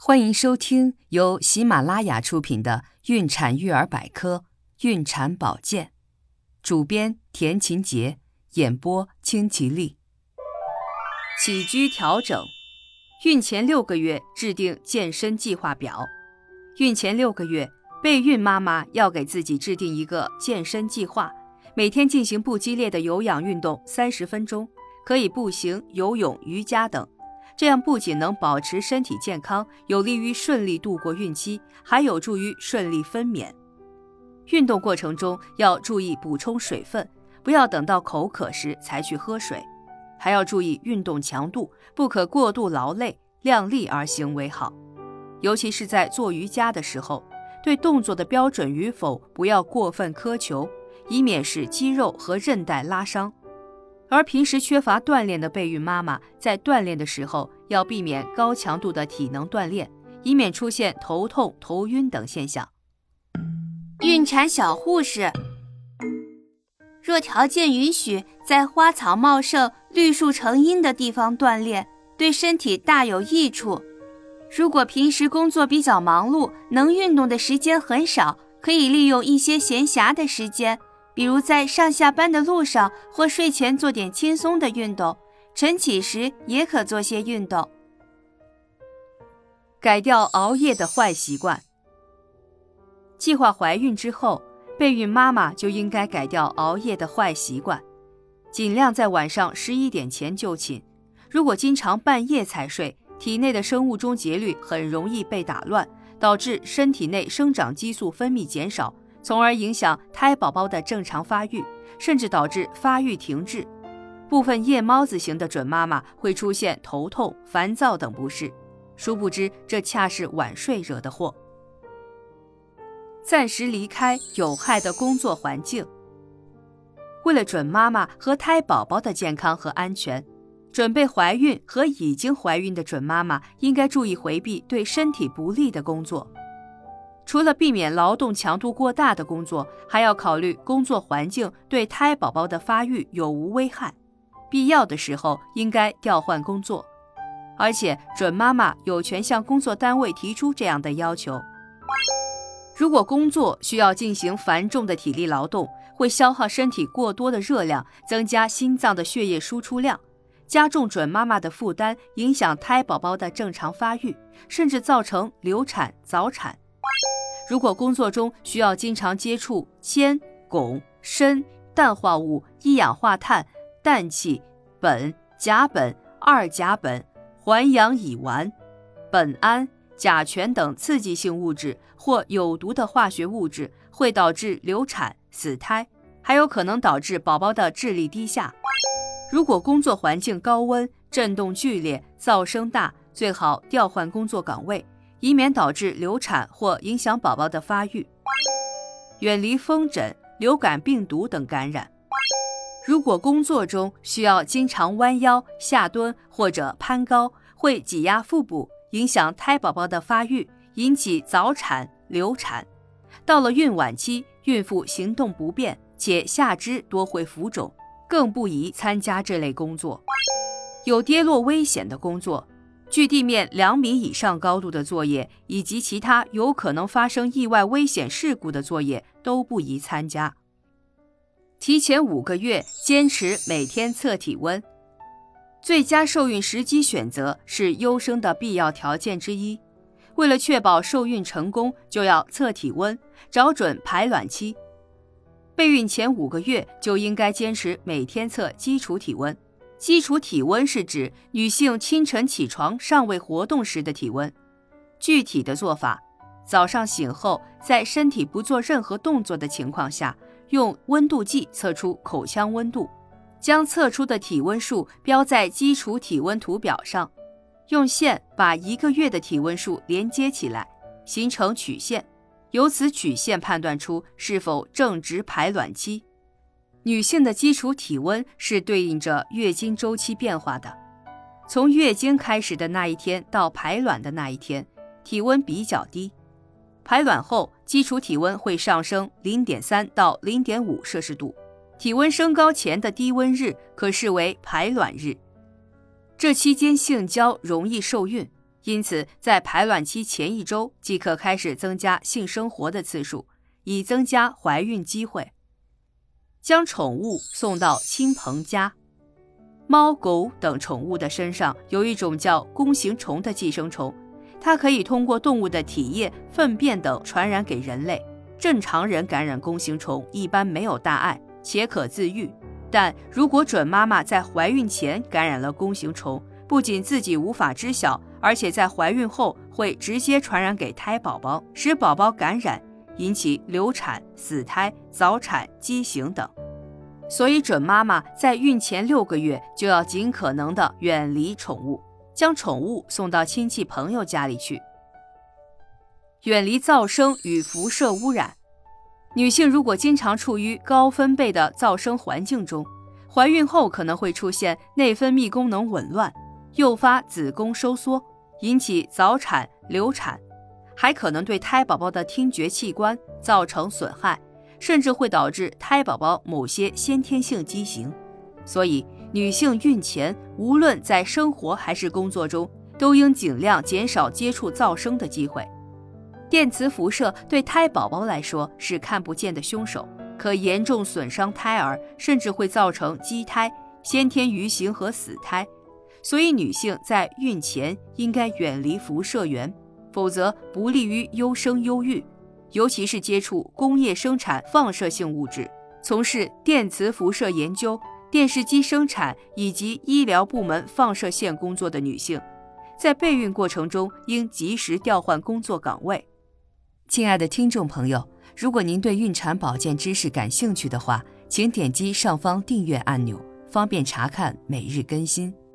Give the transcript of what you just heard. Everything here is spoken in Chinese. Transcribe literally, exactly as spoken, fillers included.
欢迎收听由喜马拉雅出品的《孕产育儿百科·孕产保健》，主编田勤杰，演播清吉丽。起居调整，孕前六个月制定健身计划表。孕前六个月，备孕妈妈要给自己制定一个健身计划，每天进行不激烈的有氧运动三十分钟，可以步行、游泳、瑜伽等。这样不仅能保持身体健康，有利于顺利度过孕期，还有助于顺利分娩。运动过程中要注意补充水分，不要等到口渴时才去喝水。还要注意运动强度，不可过度劳累，量力而行为好。尤其是在做瑜伽的时候，对动作的标准与否不要过分苛求，以免使肌肉和韧带拉伤。而平时缺乏锻炼的备孕妈妈，在锻炼的时候要避免高强度的体能锻炼，以免出现头痛、头晕等现象。 孕产小护士，若条件允许，在花草茂盛、绿树成荫的地方锻炼，对身体大有益处。如果平时工作比较忙碌，能运动的时间很少，可以利用一些闲暇的时间，比如在上下班的路上或睡前做点轻松的运动，晨起时也可做些运动。 改掉熬夜的坏习惯。计划怀孕之后，备孕妈妈就应该改掉熬夜的坏习惯，尽量在晚上十一点前就寝。如果经常半夜才睡，体内的生物钟节律很容易被打乱，导致身体内生长激素分泌减少，从而影响胎宝宝的正常发育，甚至导致发育停滞。部分夜猫子型的准妈妈会出现头痛、烦躁等不适，殊不知这恰是晚睡惹的祸。暂时离开有害的工作环境。为了准妈妈和胎宝宝的健康和安全，准备怀孕和已经怀孕的准妈妈应该注意回避对身体不利的工作。除了避免劳动强度过大的工作，还要考虑工作环境对胎宝宝的发育有无危害，必要的时候应该调换工作。而且准妈妈有权向工作单位提出这样的要求。如果工作需要进行繁重的体力劳动，会消耗身体过多的热量，增加心脏的血液输出量，加重准妈妈的负担，影响胎宝宝的正常发育，甚至造成流产、早产。如果工作中需要经常接触铅、汞、砷、氮化物、一氧化碳、氮气、苯、甲苯、二甲苯、环氧乙烷、苯胺、甲醛等刺激性物质或有毒的化学物质，会导致流产、死胎，还有可能导致宝宝的智力低下。如果工作环境高温、震动剧烈、噪声大，最好调换工作岗位，以免导致流产或影响宝宝的发育。远离风疹、流感病毒等感染。如果工作中需要经常弯腰、下蹲或者攀高，会挤压腹部，影响胎宝宝的发育，引起早产、流产。到了孕晚期，孕妇行动不便，且下肢多会浮肿，更不宜参加这类工作。有跌落危险的工作，距地面两米以上高度的作业，以及其他有可能发生意外危险事故的作业都不宜参加。提前五个月坚持每天测体温。最佳受孕时机选择是优生的必要条件之一。为了确保受孕成功，就要测体温，找准排卵期。备孕前五个月就应该坚持每天测基础体温。基础体温是指女性清晨起床尚未活动时的体温。具体的做法，早上醒后，在身体不做任何动作的情况下，用温度计测出口腔温度，将测出的体温数标在基础体温图表上，用线把一个月的体温数连接起来，形成曲线，由此曲线判断出是否正值排卵期。女性的基础体温是对应着月经周期变化的，从月经开始的那一天到排卵的那一天，体温比较低。排卵后，基础体温会上升 零点三 到 零点五 摄氏度，体温升高前的低温日可视为排卵日。这期间性交容易受孕， 因此在排卵期前一周即可开始增加性生活的次数，以增加怀孕机会。将宠物送到亲朋家。猫狗等宠物的身上有一种叫弓形虫的寄生虫，它可以通过动物的体液、粪便等传染给人类。正常人感染弓形虫一般没有大碍，且可自愈。但如果准妈妈在怀孕前感染了弓形虫，不仅自己无法知晓，而且在怀孕后会直接传染给胎宝宝，使宝宝感染，引起流产、死胎、早产、畸形等。所以准妈妈在孕前六个月就要尽可能的远离宠物，将宠物送到亲戚朋友家里去。远离噪声与辐射污染。女性如果经常处于高分贝的噪声环境中，怀孕后可能会出现内分泌功能紊乱，诱发子宫收缩，引起早产、流产，还可能对胎宝宝的听觉器官造成损害，甚至会导致胎宝宝某些先天性畸形。所以女性孕前无论在生活还是工作中，都应尽量减少接触噪声的机会。电磁辐射对胎宝宝来说是看不见的凶手，可严重损伤胎儿，甚至会造成畸胎、先天愚形和死胎。所以女性在孕前应该远离辐射源，否则不利于优生优育，尤其是接触工业生产放射性物质、从事电磁辐射研究、电视机生产以及医疗部门放射线工作的女性，在备孕过程中应及时调换工作岗位。亲爱的听众朋友，如果您对孕产保健知识感兴趣的话，请点击上方订阅按钮，方便查看每日更新。